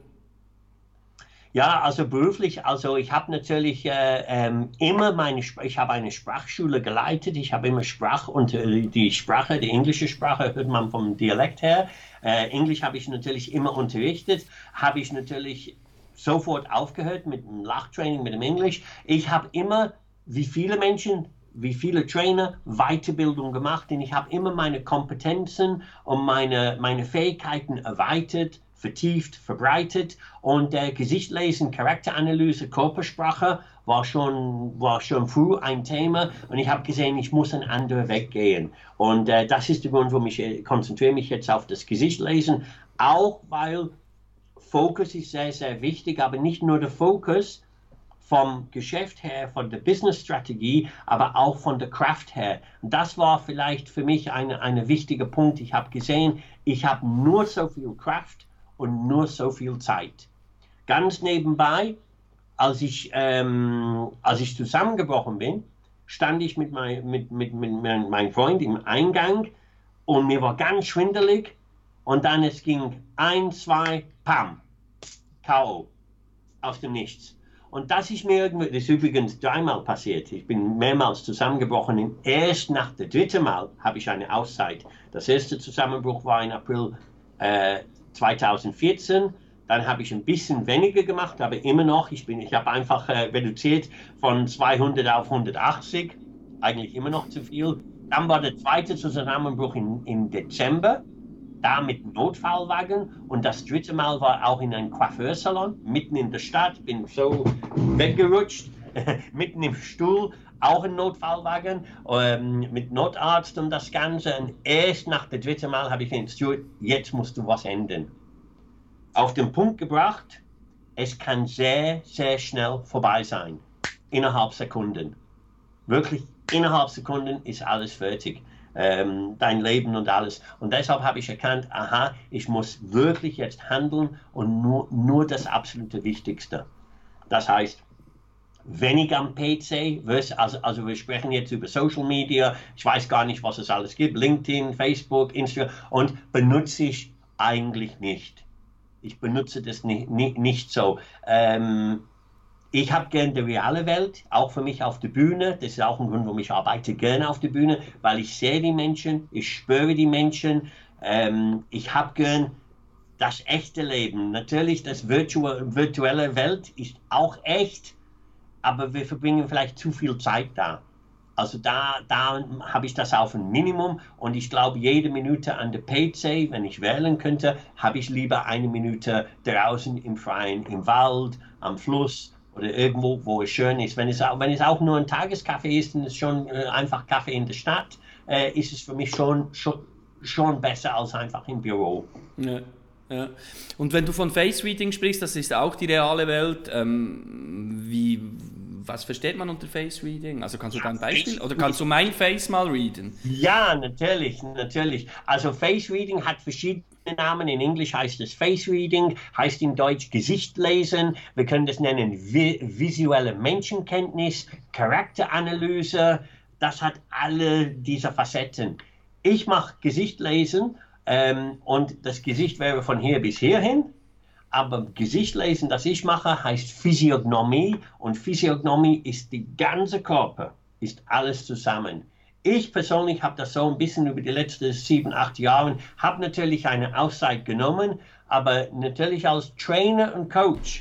Ja, also beruflich, also ich habe natürlich äh, ähm, immer meine, ich habe eine Sprachschule geleitet, ich habe immer Sprach und äh, die Sprache, die englische Sprache hört man vom Dialekt her. Äh, Englisch habe ich natürlich immer unterrichtet, habe ich natürlich sofort aufgehört mit dem Lachtraining, mit dem Englisch. Ich habe immer, wie viele Menschen, wie viele Trainer, Weiterbildung gemacht und ich habe immer meine Kompetenzen und meine, meine Fähigkeiten erweitert, vertieft, verbreitet und äh, Gesichtslesen, Charakteranalyse, Körpersprache war schon, war schon früh ein Thema und ich habe gesehen, ich muss einen anderen Weg gehen. Und äh, das ist der Grund, warum ich äh, konzentriere mich jetzt auf das Gesichtslesen, auch weil Fokus ist sehr, sehr wichtig, aber nicht nur der Fokus vom Geschäft her, von der Business-Strategie, aber auch von der Kraft her. Und das war vielleicht für mich ein eine wichtiger Punkt. Ich habe gesehen, ich habe nur so viel Kraft und nur so viel Zeit. Ganz nebenbei, als ich, ähm, als ich zusammengebrochen bin, stand ich mit, mein, mit, mit, mit meinem Freund im Eingang und mir war ganz schwindelig und dann es ging ein, zwei, pam, K O aus dem Nichts. Und das ist mir irgendwie, das ist übrigens dreimal passiert. Ich bin mehrmals zusammengebrochen. Und erst nach dem dritten Mal habe ich eine Auszeit. Das erste Zusammenbruch war im April äh, zweitausendvierzehn. Dann habe ich ein bisschen weniger gemacht, aber immer noch. Ich, bin, ich habe einfach äh, reduziert von zweihundert auf hundertachtzig. Eigentlich immer noch zu viel. Dann war der zweite Zusammenbruch in, im Dezember. Da mit Notfallwagen und das dritte Mal war auch in einem Coiffeursalon, mitten in der Stadt, bin so weggerutscht, mitten im Stuhl, auch ein Notfallwagen ähm, mit Notarzt und das Ganze. Und erst nach dem dritten Mal habe ich gesagt, Stuart, jetzt musst du was ändern. Auf den Punkt gebracht, es kann sehr, sehr schnell vorbei sein, innerhalb Sekunden. Wirklich, innerhalb Sekunden ist alles fertig. Ähm, dein Leben und alles. Und deshalb habe ich erkannt, aha, ich muss wirklich jetzt handeln und nur, nur das absolute Wichtigste. Das heißt, wenig am P C, also, also wir sprechen jetzt über Social Media, ich weiß gar nicht, was es alles gibt, LinkedIn, Facebook, Instagram, und benutze ich eigentlich nicht. Ich benutze das nicht, nicht, nicht so. Ähm, Ich habe gerne die reale Welt, auch für mich auf der Bühne. Das ist auch ein Grund, warum ich arbeite gerne auf der Bühne, weil ich sehe die Menschen, ich spüre die Menschen. Ähm, ich habe gern das echte Leben. Natürlich, das virtu virtuelle Welt ist auch echt, aber wir verbringen vielleicht zu viel Zeit da. Also da, da habe ich das auf ein Minimum und ich glaube, jede Minute an der P C, wenn ich wählen könnte, habe ich lieber eine Minute draußen im Freien, im Wald, am Fluss, oder irgendwo, wo es schön ist. Wenn es auch, wenn es auch nur ein Tageskaffee ist und es schon äh, einfach Kaffee in der Stadt, äh, ist es für mich schon, schon, schon besser als einfach im Büro. Ja, ja. Und wenn du von Face Reading sprichst, das ist auch die reale Welt. Ähm, wie, was versteht man unter Face Reading? Also kannst du da ein Beispiel oder kannst du mein Face mal readen? Ja, natürlich, natürlich. Also Face Reading hat verschiedene Namen. In Englisch heißt es Face Reading, heißt in Deutsch Gesicht lesen. Wir können das nennen vi visuelle Menschenkenntnis, Charakteranalyse. Das hat alle diese Facetten. Ich mache Gesicht lesen ähm, und das Gesicht wäre von hier bis hierhin. Aber Gesicht lesen, das ich mache, heißt Physiognomie und Physiognomie ist die ganze Körper, ist alles zusammen. Ich persönlich habe das so ein bisschen über die letzten sieben, acht Jahre, habe natürlich eine Auszeit genommen, aber natürlich als Trainer und Coach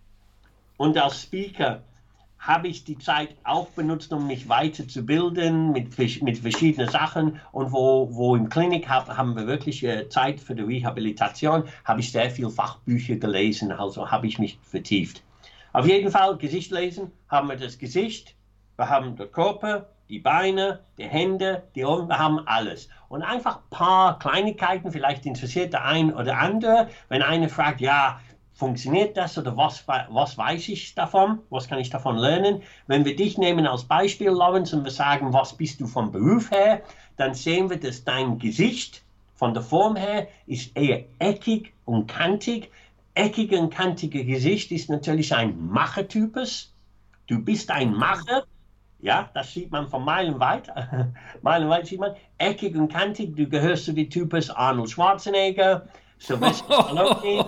und als Speaker habe ich die Zeit auch benutzt, um mich weiterzubilden mit, mit verschiedenen Sachen. Und wo, wo im Klinik hab, haben wir wirklich äh, Zeit für die Rehabilitation, habe ich sehr viel Fachbücher gelesen, also habe ich mich vertieft. Auf jeden Fall, Gesicht lesen, haben wir das Gesicht, wir haben den Körper, die Beine, die Hände, die Ohren, wir haben alles. Und einfach ein paar Kleinigkeiten, vielleicht interessiert der ein oder andere, wenn einer fragt, ja, funktioniert das oder was, was weiß ich davon, was kann ich davon lernen? Wenn wir dich nehmen als Beispiel, Lawrence, und wir sagen, was bist du vom Beruf her, dann sehen wir, dass dein Gesicht von der Form her ist eher eckig und kantig. Eckig und kantiges Gesicht ist natürlich ein Machertypus. Du bist ein Macher. Ja, das sieht man von meilenweit. Meilenweit sieht man. Eckig und kantig, du gehörst zu den Typus Arnold Schwarzenegger, Sylvester Stallone,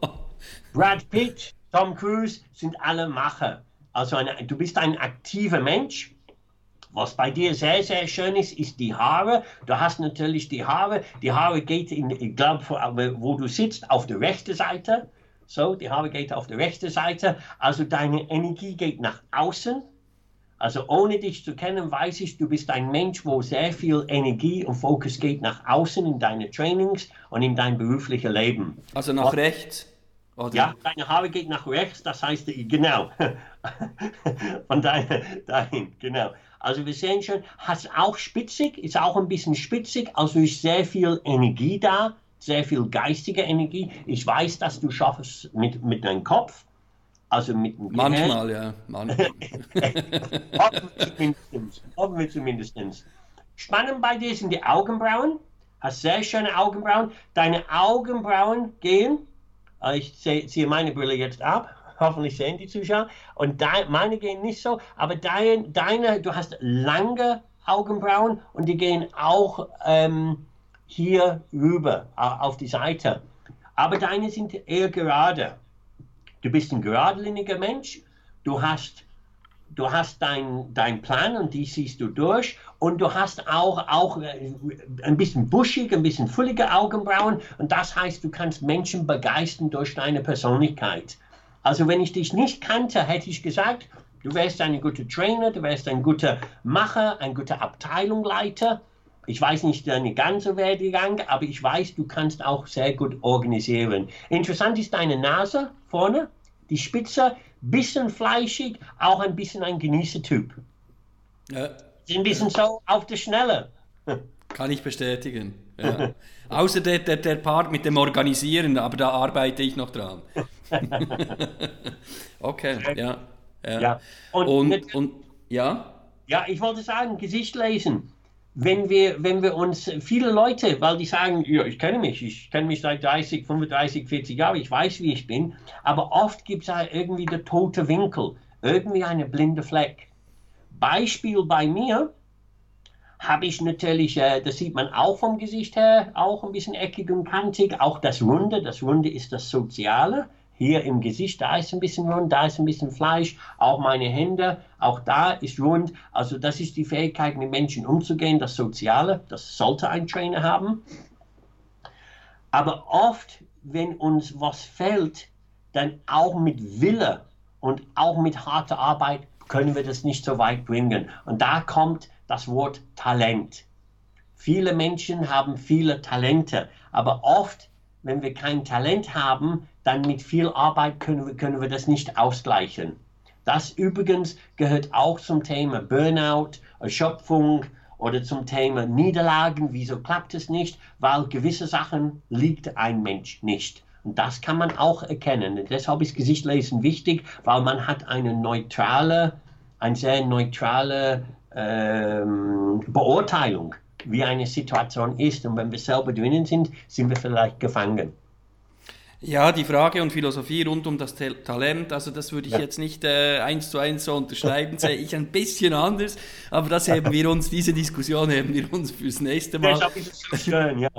Brad Pitt, Tom Cruise, sind alle Macher. Also eine, du bist ein aktiver Mensch. Was bei dir sehr, sehr schön ist, ist die Haare. Du hast natürlich die Haare. Die Haare geht in, ich glaube, wo du sitzt, auf der rechten Seite. So, die Haare geht auf der rechten Seite. Also deine Energie geht nach außen. Also ohne dich zu kennen, weiß ich, du bist ein Mensch, wo sehr viel Energie und Fokus geht nach außen in deine Trainings und in dein berufliches Leben. Also nach rechts? Oder? Ja, deine Haare geht nach rechts, das heißt, genau, von deine, dahin, genau. Also wir sehen schon, hast auch spitzig, ist auch ein bisschen spitzig, also ist sehr viel Energie da, sehr viel geistige Energie. Ich weiß, dass du schaffst mit, mit deinem Kopf, also mit dem Gehirn. Manchmal, ja. Manchmal. Hoffen wir zumindest. Hoffen wir zumindest. Spannend bei dir sind die Augenbrauen. Hast sehr schöne Augenbrauen. Deine Augenbrauen gehen, ich ziehe meine Brille jetzt ab, hoffentlich sehen die Zuschauer, und de, meine gehen nicht so, aber dein, deine, du hast lange Augenbrauen und die gehen auch ähm, hier rüber auf die Seite. Aber deine sind eher gerade. Du bist ein geradliniger Mensch, du hast, du hast deinen dein Plan und die siehst du durch und du hast auch, auch ein bisschen buschig, ein bisschen füllige Augenbrauen und das heißt, du kannst Menschen begeistern durch deine Persönlichkeit. Also wenn ich dich nicht kannte, hätte ich gesagt, du wärst ein guter Trainer, du wärst ein guter Macher, ein guter Abteilungsleiter. Ich weiß nicht deine ganze Werdegang, aber ich weiß, du kannst auch sehr gut organisieren. Interessant ist deine Nase vorne, die Spitze, bisschen fleischig, auch ein bisschen ein Genießertyp. Ja. Ein bisschen so auf der Schnelle. Kann ich bestätigen. Ja. Außer der, der, der Part mit dem Organisieren, aber da arbeite ich noch dran. Okay, ja. Ja, ja. Und, und, und ja? Ja, ich wollte sagen, Gesicht lesen. Wenn wir, wenn wir uns, viele Leute, weil die sagen, ja, ich kenne mich, ich kenne mich seit dreißig, fünfunddreißig, vierzig Jahren, ich weiß, wie ich bin, aber oft gibt es halt irgendwie der tote Winkel, irgendwie eine blinde Fleck. Beispiel bei mir habe ich natürlich, äh, das sieht man auch vom Gesicht her, auch ein bisschen eckig und kantig, auch das Runde, das Runde ist das Soziale. Hier im Gesicht, da ist ein bisschen rund, da ist ein bisschen Fleisch, auch meine Hände, auch da ist rund. Also das ist die Fähigkeit, mit Menschen umzugehen, das Soziale, das sollte ein Trainer haben. Aber oft, wenn uns was fällt, dann auch mit Wille und auch mit harter Arbeit können wir das nicht so weit bringen. Und da kommt das Wort Talent. Viele Menschen haben viele Talente, aber oft, wenn wir kein Talent haben, dann mit viel Arbeit können wir, können wir das nicht ausgleichen. Das übrigens gehört auch zum Thema Burnout, Erschöpfung oder zum Thema Niederlagen. Wieso klappt es nicht? Weil gewisse Sachen liegt ein Mensch nicht. Und das kann man auch erkennen. Und deshalb ist Gesichtlesen wichtig, weil man hat eine neutrale, eine sehr neutrale ähm, Beurteilung, wie eine Situation ist. Und wenn wir selber drinnen sind, sind wir vielleicht gefangen. Ja, die Frage und Philosophie rund um das Talent, also das würde ich ja. jetzt nicht äh, eins zu eins so unterschreiben, sehe ich ein bisschen anders, aber das heben wir uns, diese Diskussion heben wir uns fürs nächste Mal. Das ist so schön, ja.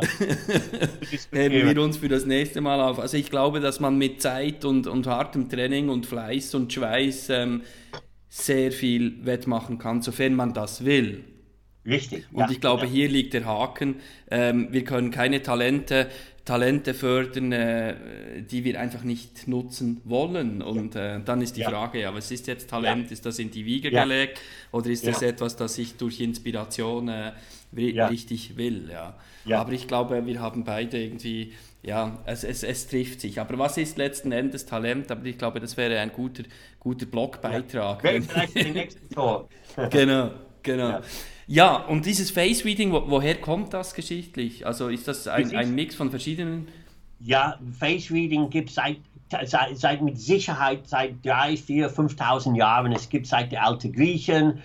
heben wir uns für das nächste Mal auf. Also ich glaube, dass man mit Zeit und, und hartem Training und Fleiß und Schweiß ähm, sehr viel wettmachen kann, sofern man das will. Richtig. Und ja, ich glaube, ja. hier liegt der Haken. Ähm, wir können keine Talente, Talente fördern, äh, die wir einfach nicht nutzen wollen. Und äh, dann ist die ja. Frage, ja, was ist jetzt Talent? Ja. Ist das in die Wiege ja. gelegt? Oder ist das ja. etwas, das ich durch Inspiration äh, ja. richtig will? Ja. Ja. Aber ich glaube, wir haben beide irgendwie, ja, es, es, es trifft sich. Aber was ist letzten Endes Talent? Aber ich glaube, das wäre ein guter, guter Blogbeitrag. Ja. Vielleicht den nächsten Talk. Genau, genau. Ja. Ja, und dieses Face-Reading, wo, woher kommt das geschichtlich? Also ist das ein, ein Mix von verschiedenen? Ja, Face-Reading gibt es seit, seit, seit mit Sicherheit seit drei, vier, fünftausend Jahren. Es gibt seit der alten Griechen,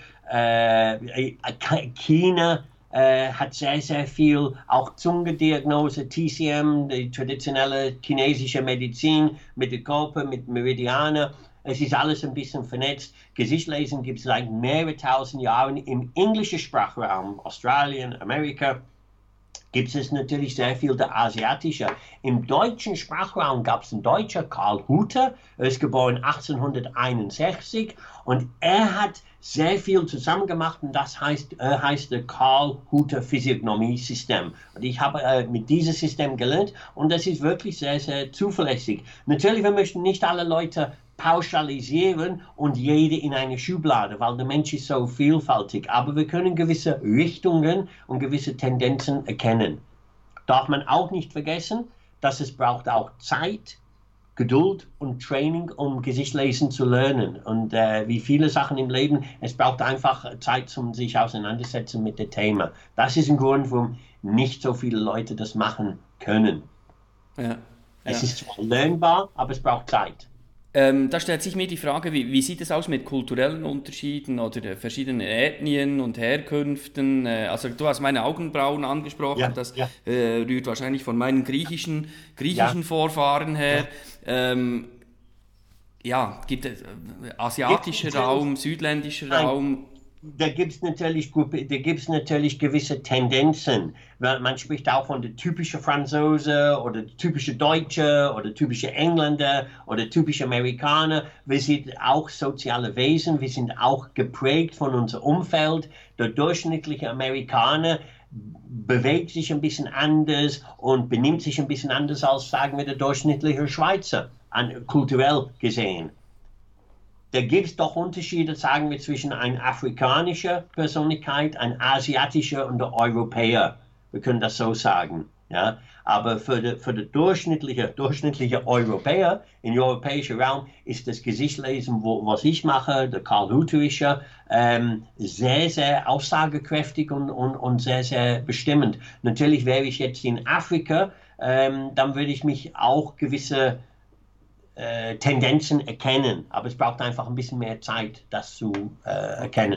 äh, China äh, hat sehr, sehr viel, auch Zungendiagnose, T C M, die traditionelle chinesische Medizin mit der Körper, mit Meridianer. Es ist alles ein bisschen vernetzt. Gesichtslesen gibt es seit mehreren tausend Jahren im englischen Sprachraum, Australien, Amerika. Gibt es natürlich sehr viel der asiatische. Im deutschen Sprachraum gab es einen Deutscher, Karl Hutter, er ist geboren achtzehnhunderteinundsechzig und er hat sehr viel zusammen gemacht und das heißt, äh, heißt der Karl Hutter Physiognomie-System. Und ich habe äh, mit diesem System gelernt und das ist wirklich sehr, sehr zuverlässig. Natürlich, wir möchten nicht alle Leute pauschalisieren und jede in eine Schublade, weil der Mensch ist so vielfältig. Aber wir können gewisse Richtungen und gewisse Tendenzen erkennen. Darf man auch nicht vergessen, dass es braucht auch Zeit, Geduld und Training, um Gesichtslesen zu lernen. Und äh, wie viele Sachen im Leben, es braucht einfach Zeit, um sich auseinandersetzen mit dem Thema. Das ist ein Grund, warum nicht so viele Leute das machen können. Ja, ja. Es ist zwar lernbar, aber es braucht Zeit. Ähm, da stellt sich mir die Frage, wie, wie sieht es aus mit kulturellen Unterschieden oder äh, verschiedenen Ethnien und Herkünften? Äh, also du hast meine Augenbrauen angesprochen, Ja, das ja. Äh, rührt wahrscheinlich von meinen griechischen, griechischen Ja. Vorfahren her. Ja, ähm, ja gibt es äh, asiatischer Gibt's Raum, südländischer Nein. Raum? Da gibt es natürlich, Gruppe- da gibt's natürlich gewisse Tendenzen. Weil Man spricht auch von der typischen Franzose oder der typische Deutsche oder typische Engländer oder typische Amerikaner. Wir sind auch soziale Wesen, wir sind auch geprägt von unserem Umfeld. Der durchschnittliche Amerikaner bewegt sich ein bisschen anders und benimmt sich ein bisschen anders als, sagen wir, der durchschnittliche Schweizer, an, kulturell gesehen. Da gibt es doch Unterschiede, sagen wir, zwischen einer afrikanischen Persönlichkeit, einer asiatischen und einer Europäer. Wir können das so sagen. Ja? Aber für den für die durchschnittliche, durchschnittliche Europäer im europäischen Raum ist das Gesichtslesen, wo, was ich mache, der Karl Huterische, ähm, sehr, sehr aussagekräftig und, und, und sehr, sehr bestimmend. Natürlich wäre ich jetzt in Afrika, ähm, dann würde ich mich auch gewisse Äh, Tendenzen erkennen, aber es braucht einfach ein bisschen mehr Zeit, das zu äh, erkennen.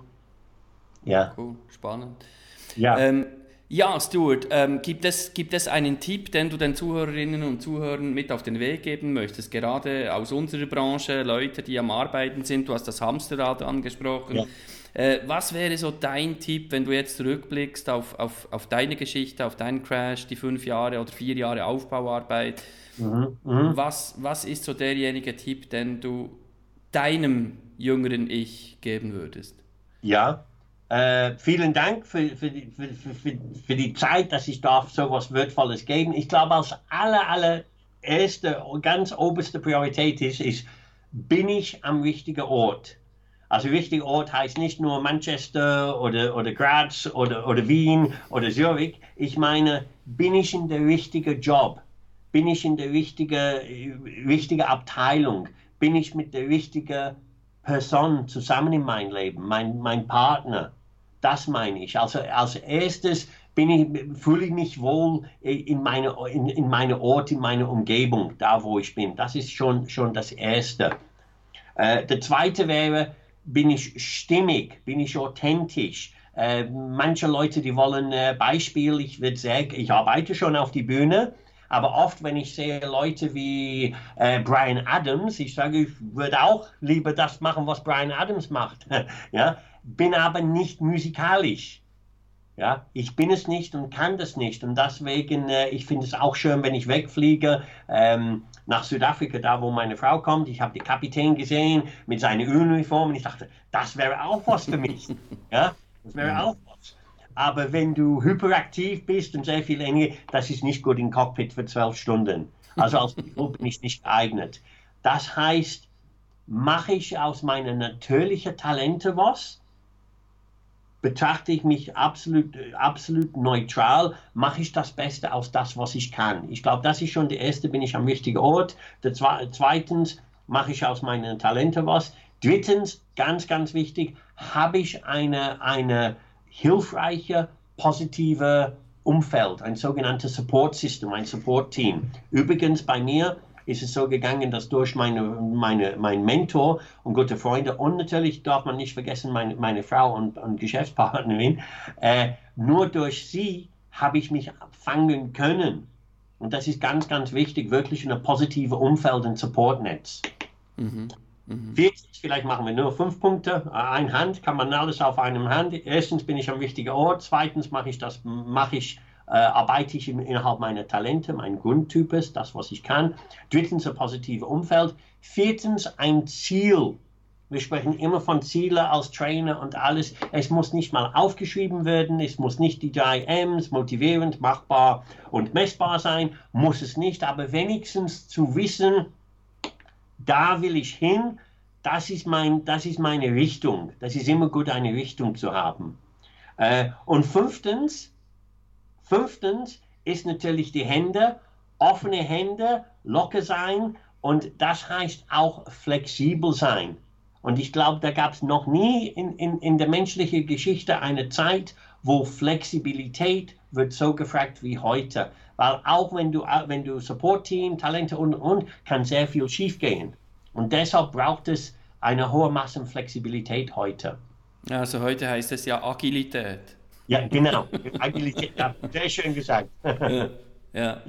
Ja. Cool, spannend. Ja. Ähm, ja, Stuart, ähm, gibt es, gibt es einen Tipp, den du den Zuhörerinnen und Zuhörern mit auf den Weg geben möchtest, gerade aus unserer Branche, Leute, die am Arbeiten sind, du hast das Hamsterrad angesprochen. Ja. Äh, was wäre so dein Tipp, wenn du jetzt zurückblickst auf, auf, auf deine Geschichte, auf deinen Crash, die fünf Jahre oder vier Jahre Aufbauarbeit? Mhm, mh. Was, was ist so derjenige Tipp, den du deinem jüngeren Ich geben würdest? Ja. Äh, vielen Dank für, für, die, für, für, für die Zeit, dass ich darf so etwas Wertvolles geben. Ich glaube, als aller, allererste, ganz oberste Priorität ist, ist, bin ich am richtigen Ort? Also richtiger Ort heißt nicht nur Manchester oder, oder Graz oder, oder Wien oder Zürich. Ich meine, bin ich in der richtigen Job? Bin ich in der richtigen, richtigen Abteilung? Bin ich mit der richtigen Person zusammen in meinem Leben? Mein, mein Partner? Das meine ich. Also als erstes bin ich, fühle ich mich wohl in meiner in, in meine Ort, in meiner Umgebung, da wo ich bin. Das ist schon, schon das Erste. Äh, der Zweite wäre, bin ich stimmig, bin ich authentisch. Äh, manche Leute, die wollen äh, Beispiel, ich würde sagen, ich arbeite schon auf die Bühne, aber oft, wenn ich sehe Leute wie äh, Bryan Adams, ich sage, ich würde auch lieber das machen, was Bryan Adams macht. Ja? Bin aber nicht musikalisch. Ja? Ich bin es nicht und kann das nicht. Und deswegen, äh, ich finde es auch schön, wenn ich wegfliege, ähm, nach Südafrika, da wo meine Frau kommt. Ich habe den Kapitän gesehen mit seiner Uniform und ich dachte, das wäre auch was für mich. Ja? Das wäre auch was. Aber wenn du hyperaktiv bist und sehr viel Energie, das ist nicht gut im Cockpit für zwölf Stunden. Also als Pilot bin ich nicht geeignet. Das heißt, mache ich aus meinen natürlichen Talenten was? Betrachte ich mich absolut, absolut neutral, mache ich das Beste aus das, was ich kann. Ich glaube, das ist schon der erste, bin ich am richtigen Ort. Der zwe zweitens, mache ich aus meinen Talenten was. Drittens, ganz, ganz wichtig, habe ich eine, eine hilfreiche, positive Umfeld, ein sogenanntes Support System, ein Support Team. Übrigens bei mir ist es so gegangen, dass durch meine, meine, mein Mentor und gute Freunde und natürlich darf man nicht vergessen, meine, meine Frau und, und Geschäftspartnerin, äh, nur durch sie habe ich mich fangen können. Und das ist ganz, ganz wichtig, wirklich ein positives Umfeld und Supportnetz. Mhm. Mhm. Viertens, vielleicht machen wir nur fünf Punkte. Ein Hand, kann man alles auf einem Hand. Erstens bin ich am richtigen Ort. Zweitens mache ich das, mache ich Äh, arbeite ich im, innerhalb meiner Talente, mein Grundtypus, das, was ich kann. Drittens, ein positives Umfeld. Viertens, ein Ziel. Wir sprechen immer von Zielen als Trainer und alles. Es muss nicht mal aufgeschrieben werden, es muss nicht die drei M's, motivierend, machbar und messbar sein, muss es nicht, aber wenigstens zu wissen, da will ich hin, das ist, mein, das ist meine Richtung. Das ist immer gut, eine Richtung zu haben. Äh, und fünftens, fünftens ist natürlich die Hände, offene Hände, locker sein und das heißt auch flexibel sein. Und ich glaube, da gab es noch nie in, in, in der menschlichen Geschichte eine Zeit, wo Flexibilität wird so gefragt wie heute. Weil auch wenn du, wenn du Support-Team, Talente und, und, kann sehr viel schiefgehen. Und deshalb braucht es eine hohe Massenflexibilität heute. Also heute heißt es ja Agilität. Ja, genau. Agilität, ja, sehr schön gesagt. ja, ja.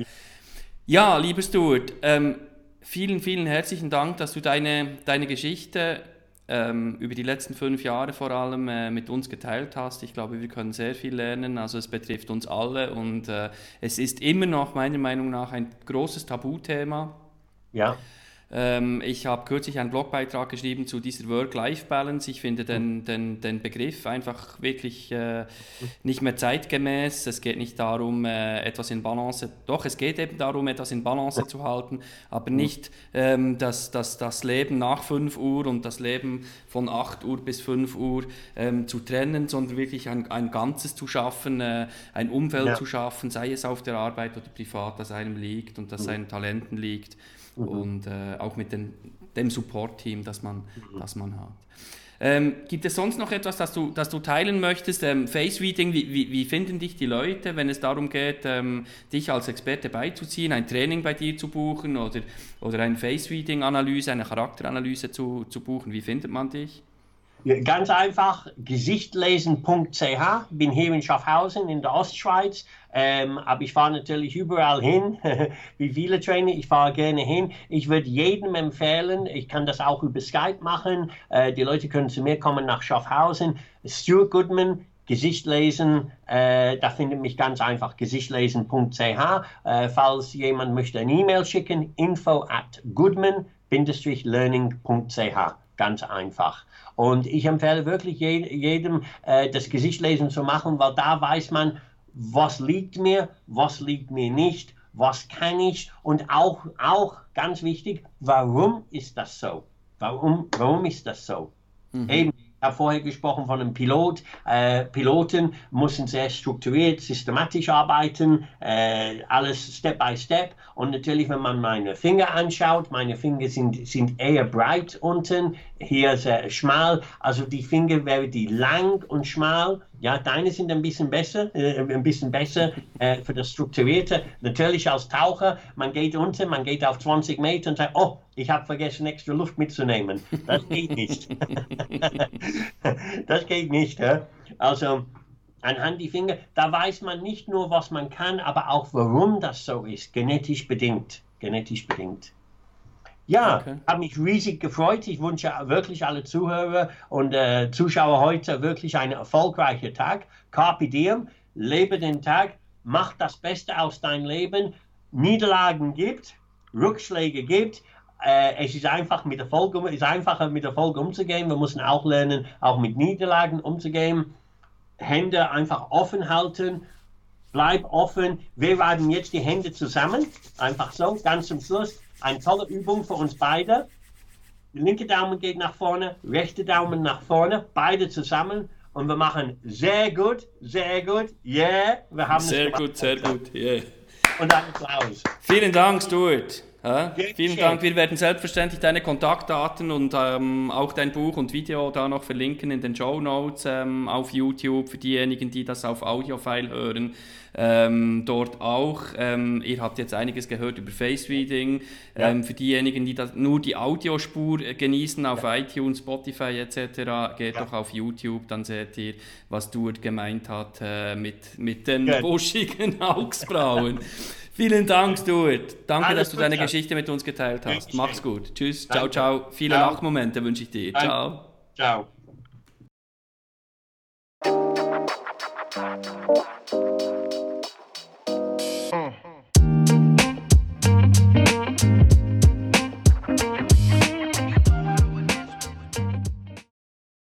ja, lieber Stuart, ähm, vielen, vielen herzlichen Dank, dass du deine, deine Geschichte ähm, über die letzten fünf Jahre vor allem äh, mit uns geteilt hast. Ich glaube, wir können sehr viel lernen, also es betrifft uns alle und äh, es ist immer noch meiner Meinung nach ein großes Tabuthema. Ja. Ähm, ich habe kürzlich einen Blogbeitrag geschrieben zu dieser Work-Life-Balance. Ich finde den, den, den Begriff einfach wirklich äh, nicht mehr zeitgemäß. Es geht nicht darum, äh, etwas in Balance, doch es geht eben darum, etwas in Balance zu halten, aber nicht ähm, das, das, das Leben nach fünf Uhr und das Leben von acht Uhr bis fünf Uhr ähm, zu trennen, sondern wirklich ein, ein Ganzes zu schaffen, äh, ein Umfeld ja. zu schaffen, sei es auf der Arbeit oder privat, das einem liegt und das seinen Talenten liegt. Mhm. Und äh, auch mit den, dem Support-Team, das man, mhm. das man hat. Ähm, gibt es sonst noch etwas, das du, das du teilen möchtest? Ähm, Face-Reading, wie, wie, wie finden dich die Leute, wenn es darum geht, ähm, dich als Experte beizuziehen, ein Training bei dir zu buchen oder, oder eine Face-Reading-Analyse, eine Charakteranalyse zu, zu buchen? Wie findet man dich? Ja, ganz einfach, gesichtlesen punkt c h. Ich bin hier in Schaffhausen in der Ostschweiz, ähm, aber ich fahre natürlich überall hin, wie viele Trainer, ich fahre gerne hin. Ich würde jedem empfehlen, ich kann das auch über Skype machen, äh, die Leute können zu mir kommen nach Schaffhausen. Stuart Goodman, Gesicht lesen, äh, da findet mich ganz einfach, gesichtlesen punkt c h. Äh, falls jemand möchte eine E-Mail schicken, info at goodman learning punkt c h. Ganz einfach. Und ich empfehle wirklich jedem, äh, das Gesichtlesen zu machen, weil da weiß man, was liegt mir, was liegt mir nicht, was kann ich und auch, auch ganz wichtig, warum ist das so? Warum, warum ist das so? Mhm. Eben, ich habe vorher gesprochen von einem Pilot. Äh, Piloten müssen sehr strukturiert, systematisch arbeiten, äh, alles Step by Step. Und natürlich, wenn man meine Finger anschaut, meine Finger sind, sind eher breit unten, hier sehr schmal. Also die Finger wären die lang und schmal. Ja, deine sind ein bisschen besser, äh, ein bisschen besser äh, für das Strukturierte. Natürlich als Taucher, man geht unten, man geht auf zwanzig Meter und sagt, oh, ich habe vergessen, extra Luft mitzunehmen. Das geht nicht. Das geht nicht. Ja? Also anhand die Finger, da weiß man nicht nur, was man kann, aber auch, warum das so ist. Genetisch bedingt. Genetisch bedingt. Ja, okay. Habe mich riesig gefreut. Ich wünsche wirklich alle Zuhörer und äh, Zuschauer heute wirklich einen erfolgreichen Tag. Carpe diem, lebe den Tag, mach das Beste aus deinem Leben. Niederlagen gibt, Rückschläge gibt. Äh, es ist einfach mit Erfolg, ist einfacher mit Erfolg umzugehen. Wir müssen auch lernen, auch mit Niederlagen umzugehen. Hände einfach offen halten. Bleib offen. Wir reiben jetzt die Hände zusammen. Einfach so, ganz zum Schluss. Eine tolle Übung für uns beide. Der linke Daumen geht nach vorne, rechte Daumen nach vorne, beide zusammen. Und wir machen sehr gut, sehr gut, yeah. Wir haben sehr gut, sehr gut, yeah. Und einen Applaus. Vielen Dank, Stuart. Ja, vielen Dank. Wir werden selbstverständlich deine Kontaktdaten und ähm, auch dein Buch und Video da noch verlinken in den Shownotes ähm, auf YouTube für diejenigen, die das auf Audiofile hören. Ähm, dort auch. Ähm, ihr habt jetzt einiges gehört über Face-Reading. Ja. Ähm, für diejenigen, die das, nur die Audiospur genießen auf ja. iTunes, Spotify et cetera, geht ja. doch auf YouTube, dann seht ihr, was Stuart gemeint hat äh, mit, mit den Good. buschigen Augsbrauen. Vielen Dank, Stuart. Danke, Alles dass du deine gut, Geschichte mit uns geteilt hast. Mach's gut. Tschüss. Danke. Ciao, ciao. Viele ciao. Lachmomente wünsche ich dir. Danke. Ciao. Ciao.